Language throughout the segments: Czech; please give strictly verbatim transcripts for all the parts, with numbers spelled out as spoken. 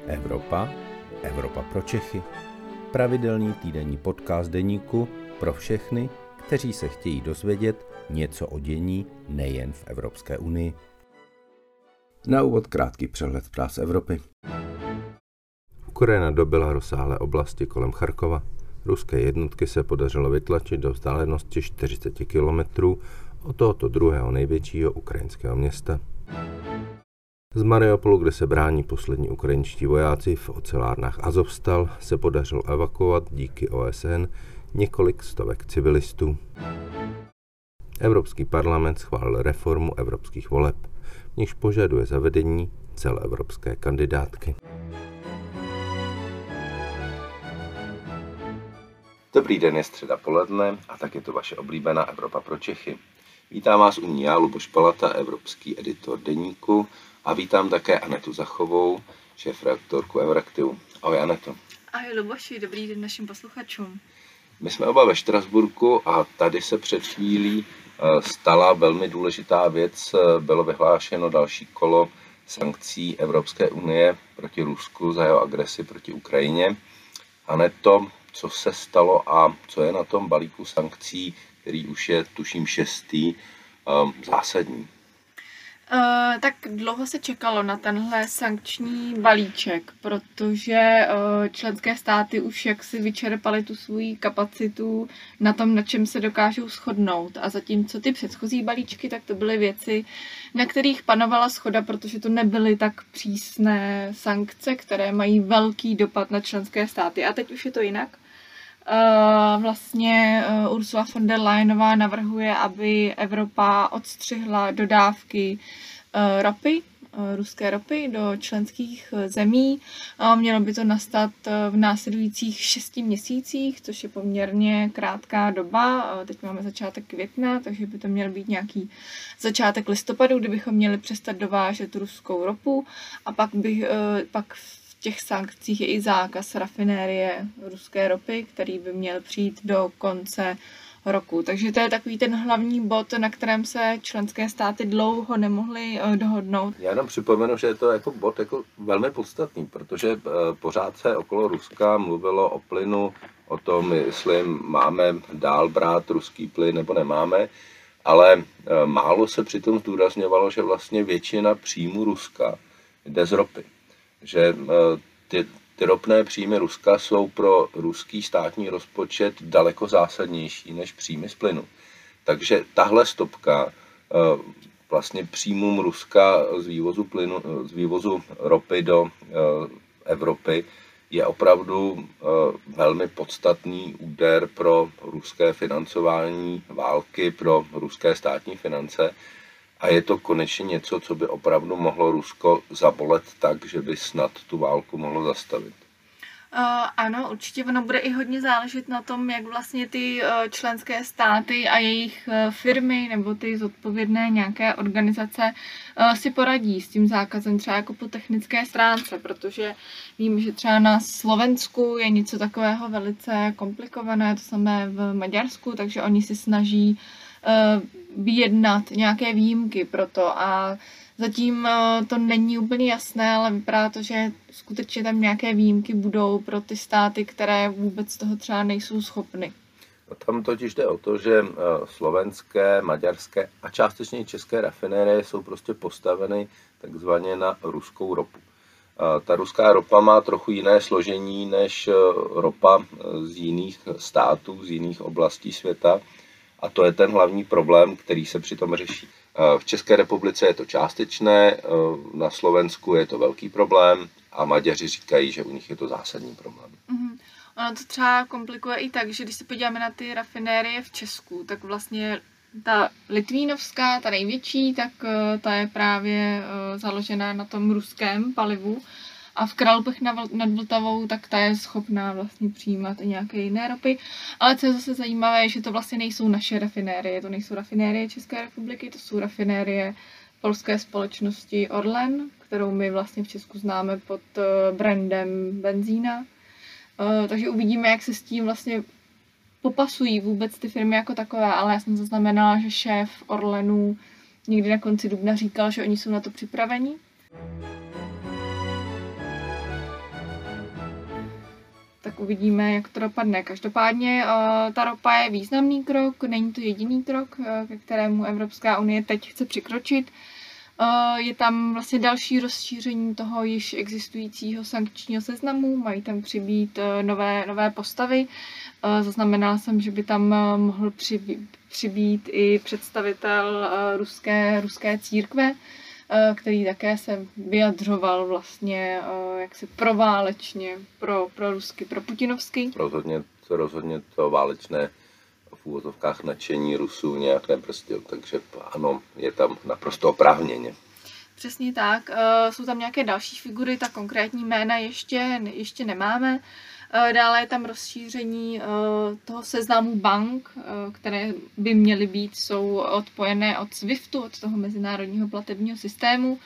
Evropa, Evropa pro Čechy. Pravidelný týdenní podcast deníku pro všechny, kteří se chtějí dozvědět něco o dění nejen v Evropské unii. Na úvod krátký přehled zpráv z Evropy. Ukrajina dobyla rozsáhlé oblasti kolem Charkova. Ruské jednotky se podařilo vytlačit do vzdálenosti čtyřicet kilometrů od tohoto druhého největšího ukrajinského města. Z Mariupolu, kde se brání poslední ukrajinští vojáci v ocelárnách Azovstal, se podařilo evakuovat díky O S N několik stovek civilistů. Evropský parlament schválil reformu evropských voleb, v nichž požaduje zavedení celoevropské kandidátky. Dobrý den, je středa poledne a tak je to vaše oblíbená Evropa pro Čechy. Vítám vás u ní já, Luboš Palata, evropský editor deníku, a vítám také Anetu Zachovou, šéfredaktorku Euraktivu. Ahoj Aneto. Ahoj Luboši, dobrý den našim posluchačům. My jsme oba ve Štrasburku a tady se před chvílí stala velmi důležitá věc. Bylo vyhlášeno další kolo sankcí Evropské unie proti Rusku za jeho agresi proti Ukrajině. Aneto, co se stalo a co je na tom balíku sankcí, který už je, tuším, šestý, zásadní? Uh, tak dlouho se čekalo na tenhle sankční balíček, protože uh, členské státy už jaksi vyčerpaly tu svou kapacitu na tom, na čem se dokážou shodnout. A zatímco ty předchozí balíčky, tak to byly věci, na kterých panovala shoda, protože to nebyly tak přísné sankce, které mají velký dopad na členské státy. A teď už je to jinak. Uh, vlastně uh, Ursula von der Leyenová navrhuje, aby Evropa odstřihla dodávky uh, ropy, uh, ruské ropy do členských uh, zemí. Uh, mělo by to nastat uh, v následujících šesti měsících, což je poměrně krátká doba. Uh, teď máme začátek května, takže by to měl být nějaký začátek listopadu, kdybychom měli přestat dovážet ruskou ropu a pak by uh, pak v těch sankcích je i zákaz rafinérie ruské ropy, který by měl přijít do konce roku. Takže to je takový ten hlavní bod, na kterém se členské státy dlouho nemohly dohodnout. Já jenom připomenu, že je to jako bod jako velmi podstatný, protože pořád se okolo Ruska mluvilo o plynu, o tom, jestli máme dál brát ruský plyn nebo nemáme, ale málo se přitom zdůrazňovalo, že vlastně většina příjmu Ruska jde z ropy. Že ty, ty ropné příjmy Ruska jsou pro ruský státní rozpočet daleko zásadnější než příjmy z plynu. Takže tahle stopka vlastně příjmům Ruska z vývozu plynu, z vývozu ropy do Evropy je opravdu velmi podstatný úder pro ruské financování války, pro ruské státní finance. A je to konečně něco, co by opravdu mohlo Rusko zabolet tak, že by snad tu válku mohlo zastavit. Uh, ano, určitě ono bude i hodně záležet na tom, jak vlastně ty uh, členské státy a jejich uh, firmy nebo ty zodpovědné nějaké organizace uh, si poradí s tím zákazem třeba jako po technické stránce, protože vím, že třeba na Slovensku je něco takového velice komplikované, to samé v Maďarsku, takže oni si snaží vyjednat nějaké výjimky pro to a zatím to není úplně jasné, ale vypadá to, že skutečně tam nějaké výjimky budou pro ty státy, které vůbec toho třeba nejsou schopny. Tam totiž jde o to, že slovenské, maďarské a částečně české rafinérie jsou prostě postaveny takzvaně na ruskou ropu. Ta ruská ropa má trochu jiné složení než ropa z jiných států, z jiných oblastí světa. A to je ten hlavní problém, který se přitom řeší. V České republice je to částečné, na Slovensku je to velký problém a Maďaři říkají, že u nich je to zásadní problém. Mm-hmm. Ono to třeba komplikuje i tak, že když se podíváme na ty rafinérie v Česku, tak vlastně ta litvínovská, ta největší, tak ta je právě založená na tom ruském palivu. A v Kralupech nad Vltavou, tak ta je schopná vlastně přijímat i nějaké jiné ropy. Ale co je zase zajímavé, je, že to vlastně nejsou naše rafinérie. To nejsou rafinérie České republiky, to jsou rafinérie polské společnosti Orlen, kterou my vlastně v Česku známe pod brandem benzína. Takže uvidíme, jak se s tím vlastně popasují vůbec ty firmy jako takové. Ale já jsem zaznamenala, že šéf Orlenu někdy na konci dubna říkal, že oni jsou na to připraveni. tak uvidíme, jak to dopadne. Každopádně ta ropa je významný krok, není to jediný krok, ke kterému Evropská unie teď chce přikročit. Je tam vlastně další rozšíření toho již existujícího sankčního seznamu, mají tam přibýt nové, nové postavy. Zaznamenala jsem, že by tam mohl přibýt, přibýt i představitel ruské, ruské církve, který také se vyjadřoval vlastně jaksi proválečně, pro, pro rusky, pro putinovsky. Rozhodně, rozhodně to válečné v úvozovkách nadšení Rusů nějak nebrzdil, takže ano, je tam naprosto oprávněně. Přesně tak. Jsou tam nějaké další figury, ta konkrétní jména ještě, ještě nemáme. Dále je tam rozšíření toho seznamu bank, které by měly být, jsou odpojené od SWIFTu, od toho mezinárodního platebního systému.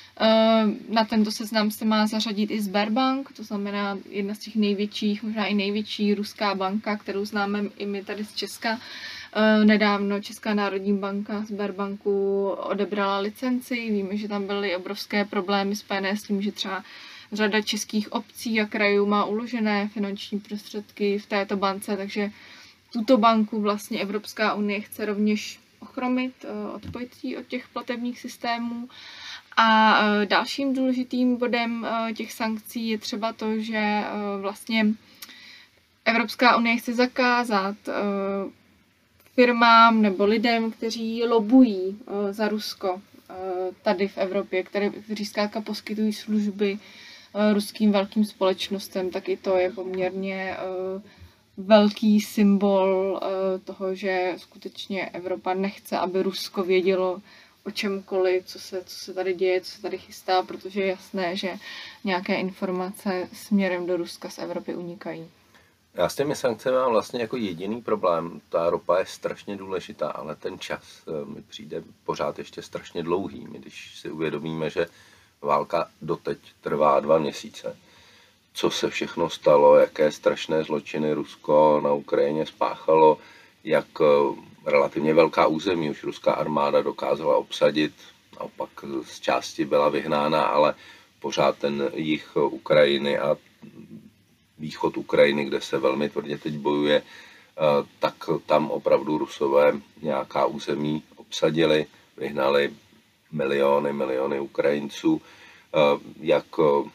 Na tento seznam se má zařadit i Sberbank, to znamená jedna z těch největších, možná i největší ruská banka, kterou známe i my tady z Česka. Nedávno Česká národní banka Sberbanku odebrala licenci, víme, že tam byly obrovské problémy spojené s tím, že třeba řada českých obcí a krajů má uložené finanční prostředky v této bance, takže tuto banku vlastně Evropská unie chce rovněž ochromit, odpojit od těch platebních systémů. A dalším důležitým bodem těch sankcí je třeba to, že vlastně Evropská unie chce zakázat firmám nebo lidem, kteří lobují za Rusko tady v Evropě, které, kteří zkrátka poskytují služby ruským velkým společnostem, tak i to je poměrně velký symbol toho, že skutečně Evropa nechce, aby Rusko vědělo o čemkoliv, co se, co se tady děje, co se tady chystá, protože je jasné, že nějaké informace směrem do Ruska z Evropy unikají. Já s těmi sankcemi mám vlastně jako jediný problém. Ta ropa je strašně důležitá, ale ten čas mi přijde pořád ještě strašně dlouhý. My když si uvědomíme, že válka doteď trvá dva měsíce, co se všechno stalo, jaké strašné zločiny Rusko na Ukrajině spáchalo, jak relativně velká území už ruská armáda dokázala obsadit, naopak z části byla vyhnána, ale pořád ten jih Ukrajiny a východ Ukrajiny, kde se velmi tvrdě teď bojuje, tak tam opravdu Rusové nějaká území obsadili, vyhnali miliony, miliony Ukrajinců, jak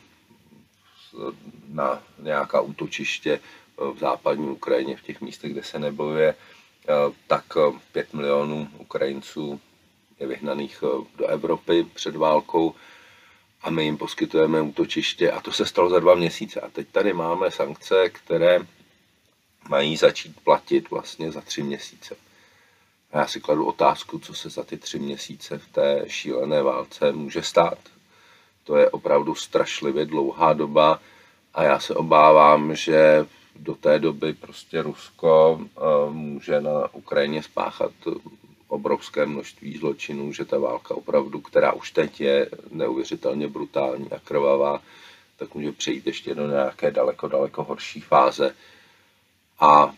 na nějaká útočiště v západní Ukrajině, v těch místech, kde se nebojuje, tak pět milionů Ukrajinců je vyhnaných do Evropy před válkou a my jim poskytujeme útočiště a to se stalo za dva měsíce. A teď tady máme sankce, které mají začít platit vlastně za tři měsíce. A já si kladu otázku, co se za ty tři měsíce v té šílené válce může stát. To je opravdu strašlivě dlouhá doba a já se obávám, že do té doby prostě Rusko může na Ukrajině spáchat obrovské množství zločinů, že ta válka opravdu, která už teď je neuvěřitelně brutální a krvavá, tak může přejít ještě do nějaké daleko, daleko horší fáze. A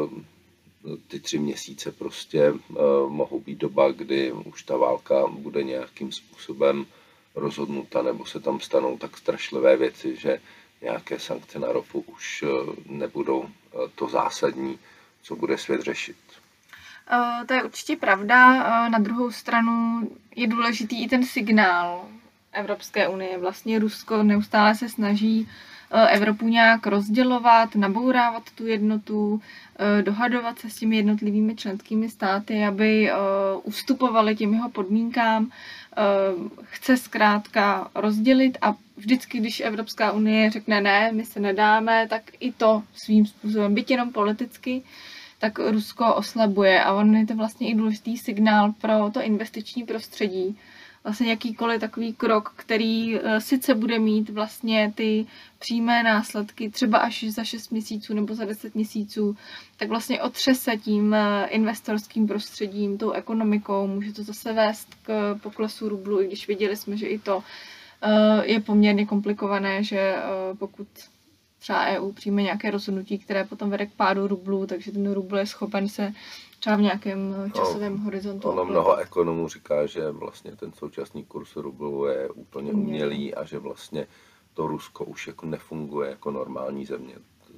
ty tři měsíce prostě mohou být doba, kdy už ta válka bude nějakým způsobem rozhodnuta, nebo se tam stanou tak strašlivé věci, že nějaké sankce na ropu už nebudou to zásadní, co bude svět řešit. To je určitě pravda. Na druhou stranu je důležitý i ten signál Evropské unie. Vlastně Rusko neustále se snaží Evropu nějak rozdělovat, nabourávat tu jednotu, dohadovat se s těmi jednotlivými členskými státy, aby ustupovali těm jeho podmínkám. Chce zkrátka rozdělit a vždycky, když Evropská unie řekne ne, my se nedáme, tak i to svým způsobem, byť jenom politicky, tak Rusko oslabuje a on je to vlastně i důležitý signál pro to investiční prostředí. Vlastně jakýkoliv takový krok, který sice bude mít vlastně ty přímé následky třeba až za šest měsíců nebo za deset měsíců, tak vlastně otřese tím investorským prostředím, tou ekonomikou, může to zase vést k poklesu rublu, i když viděli jsme, že i to je poměrně komplikované, že pokud třeba E U přijme nějaké rozhodnutí, které potom vede k pádu rublu, takže ten rubl je schopen se třeba v nějakém časovém no, horizontu. Ono mnoho ekonomů říká, že vlastně ten současný kurz rublu je úplně umělý a že vlastně to Rusko už jako nefunguje jako normální země.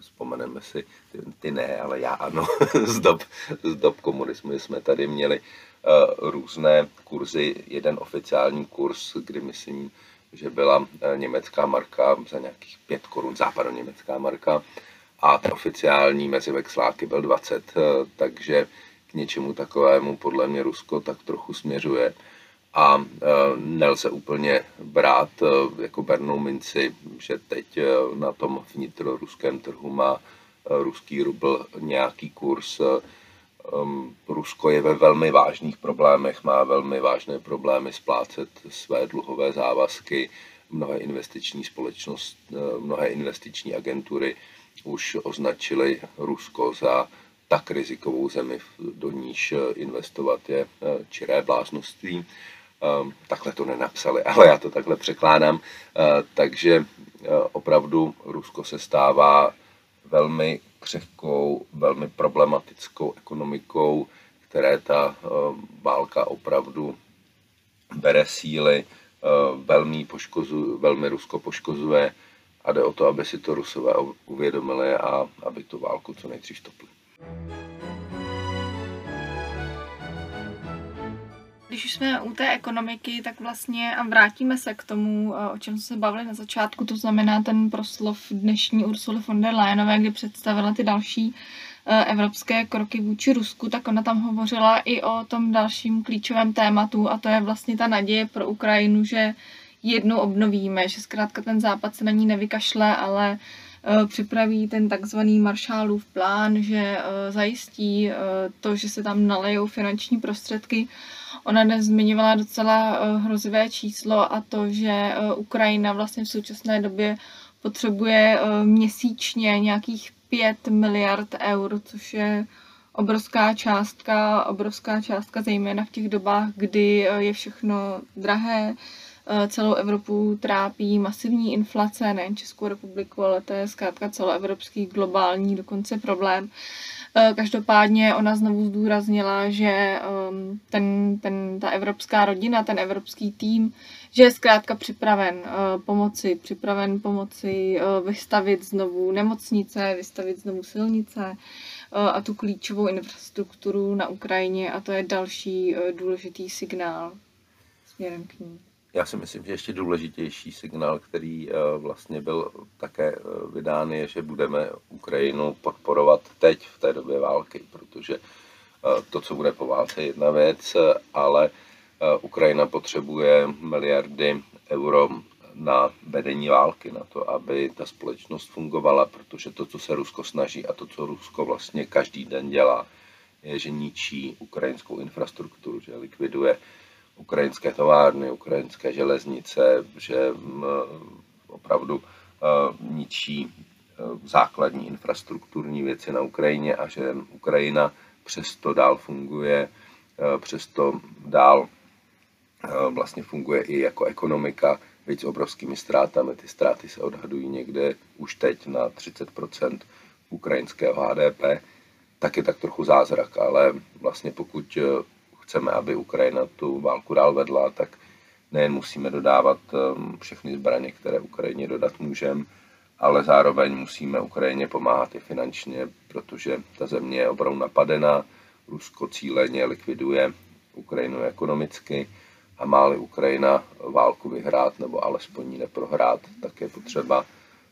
vzpomeneme si, ty, ty ne, ale já ano, z dob, z dob komunismu jsme tady měli uh, různé kurzy, jeden oficiální kurz, kdy myslím, že byla uh, německá marka za nějakých pět korun, západoněmecká marka, a ten oficiální mezi vexláky byl dvacet, uh, takže k něčemu takovému podle mě Rusko tak trochu směřuje. A uh, nelze úplně brát uh, jako bernou minci, že teď uh, na tom vnitroruském trhu má uh, ruský rubl nějaký kurz. Um, Rusko je ve velmi vážných problémech, má velmi vážné problémy splácet své dluhové závazky. Mnohé investiční společnost, uh, mnohé investiční agentury už označily Rusko za tak rizikovou zemi, do níž investovat je uh, čiré bláznoství. Um, takhle to nenapsali, ale já to takhle překládám. Uh, takže uh, opravdu Rusko se stává velmi křehkou, velmi problematickou ekonomikou, které ta uh, válka opravdu bere síly, uh, velmi, poškozu, velmi Rusko poškozuje a jde o to, aby si to Rusové uvědomili a aby tu válku co nejdřív stopli. Když už jsme u té ekonomiky, tak vlastně a vrátíme se k tomu, o čem jsme se bavili na začátku, to znamená ten proslov dnešní Ursuly von der Leyenové, kdy představila ty další evropské kroky vůči Rusku, tak ona tam hovořila i o tom dalším klíčovém tématu a to je vlastně ta naděje pro Ukrajinu, že jednou obnovíme, že zkrátka ten západ se na ní nevykašle, ale připraví ten takzvaný Marshallův plán, že zajistí to, že se tam nalejou finanční prostředky. Ona dnes zmiňovala docela hrozivé číslo a to, že Ukrajina vlastně v současné době potřebuje měsíčně nějakých pět miliard eur, což je obrovská částka, obrovská částka zejména v těch dobách, kdy je všechno drahé. Celou Evropu trápí masivní inflace, nejen Českou republiku, ale to je zkrátka celoevropský globální dokonce problém. Každopádně ona znovu zdůraznila, že ten, ten, ta evropská rodina, ten evropský tým, že je zkrátka připraven pomoci, připraven pomoci vystavit znovu nemocnice, vystavit znovu silnice a tu klíčovou infrastrukturu na Ukrajině a to je další důležitý signál směrem k ní. Já si myslím, že ještě důležitější signál, který vlastně byl také vydán, je, že budeme Ukrajinu podporovat teď v té době války, protože to, co bude po válce, je jedna věc, ale Ukrajina potřebuje miliardy euro na vedení války, na to, aby ta společnost fungovala, protože to, co se Rusko snaží a to, co Rusko vlastně každý den dělá, je, že ničí ukrajinskou infrastrukturu, že likviduje ukrajinské továrny, ukrajinské železnice, že opravdu ničí základní infrastrukturní věci na Ukrajině a že Ukrajina přesto dál funguje, přesto dál vlastně funguje i jako ekonomika, byť s obrovskými ztrátami. Ty ztráty se odhadují někde už teď na třicet procent ukrajinského H D P, tak je tak trochu zázrak, ale vlastně pokud chceme, aby Ukrajina tu válku dál vedla, tak nejen musíme dodávat všechny zbraně, které Ukrajině dodat můžeme, ale zároveň musíme Ukrajině pomáhat i finančně, protože ta země je opravdu napadená, Rusko cíleně likviduje Ukrajinu ekonomicky a má-li Ukrajina válku vyhrát nebo alespoň ji neprohrát, tak je potřeba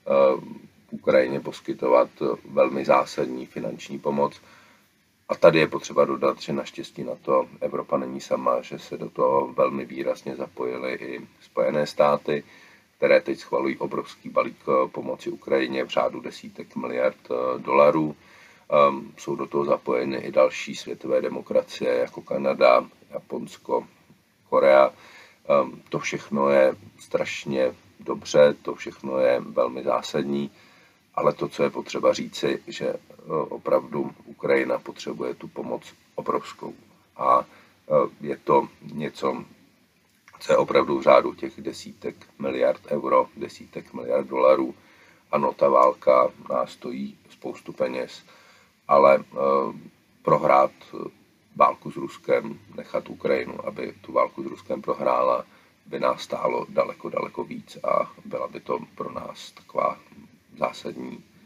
Ukrajině poskytovat velmi zásadní finanční pomoc. A tady je potřeba dodat, že naštěstí na to Evropa není sama, že se do toho velmi výrazně zapojily i Spojené státy, které teď schvalují obrovský balík pomoci Ukrajině v řádu desítek miliard dolarů. Um, jsou do toho zapojeny i další světové demokracie, jako Kanada, Japonsko, Korea. Um, to všechno je strašně dobře, to všechno je velmi zásadní. Ale to, co je potřeba říci, že opravdu Ukrajina potřebuje tu pomoc obrovskou. A je to něco, co je opravdu v řádu těch desítek miliard euro, desítek miliard dolarů. Ano, ta válka nás stojí spoustu peněz, ale prohrát válku s Ruskem, nechat Ukrajinu, aby tu válku s Ruskem prohrála, by nás stálo daleko, daleko víc a byla by to pro nás taková zásadní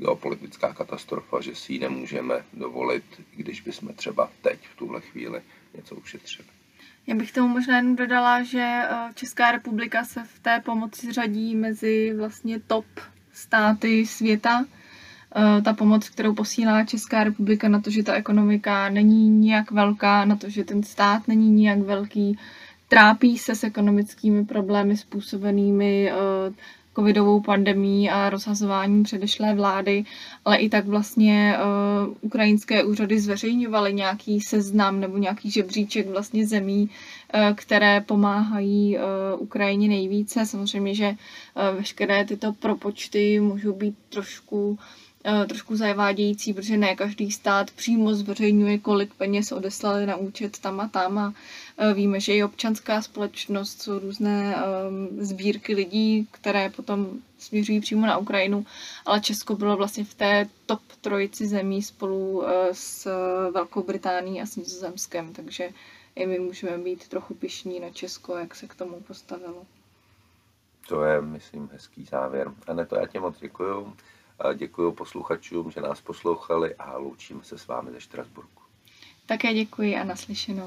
geopolitická katastrofa, že si ji nemůžeme dovolit, když bychom třeba teď v tuhle chvíli něco ušetřili. Já bych tomu možná jen dodala, že Česká republika se v té pomoci řadí mezi vlastně top státy světa. Ta pomoc, kterou posílá Česká republika na to, že ta ekonomika není nijak velká, na to, že ten stát není nijak velký, trápí se s ekonomickými problémy způsobenými covidovou pandemí a rozhazováním předešlé vlády, ale i tak vlastně uh, ukrajinské úřady zveřejňovaly nějaký seznam nebo nějaký žebříček vlastně zemí, uh, které pomáhají uh, Ukrajině nejvíce. Samozřejmě, že uh, veškeré tyto propočty můžou být trošku trošku zavádějící, protože ne každý stát přímo zveřejňuje, kolik peněz odeslali na účet tam a tam a víme, že i občanská společnost jsou různé sbírky lidí, které potom směřují přímo na Ukrajinu, ale Česko bylo vlastně v té top trojici zemí spolu s Velkou Británií a s Nizozemskem, takže i my můžeme být trochu pyšní na Česko, jak se k tomu postavilo. To je, myslím, hezký závěr. Aneto, já tě moc děkuju. Děkuji posluchačům, že nás poslouchali a loučíme se s vámi ze Štrasburku. Také děkuji a naslyšenou.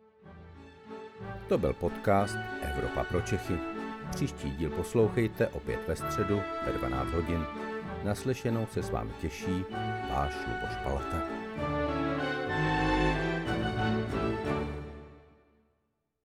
To byl podcast Evropa pro Čechy. Příští díl poslouchejte opět ve středu ve dvanáct hodin. Naslyšenou se s vámi těší váš Luboš Palata.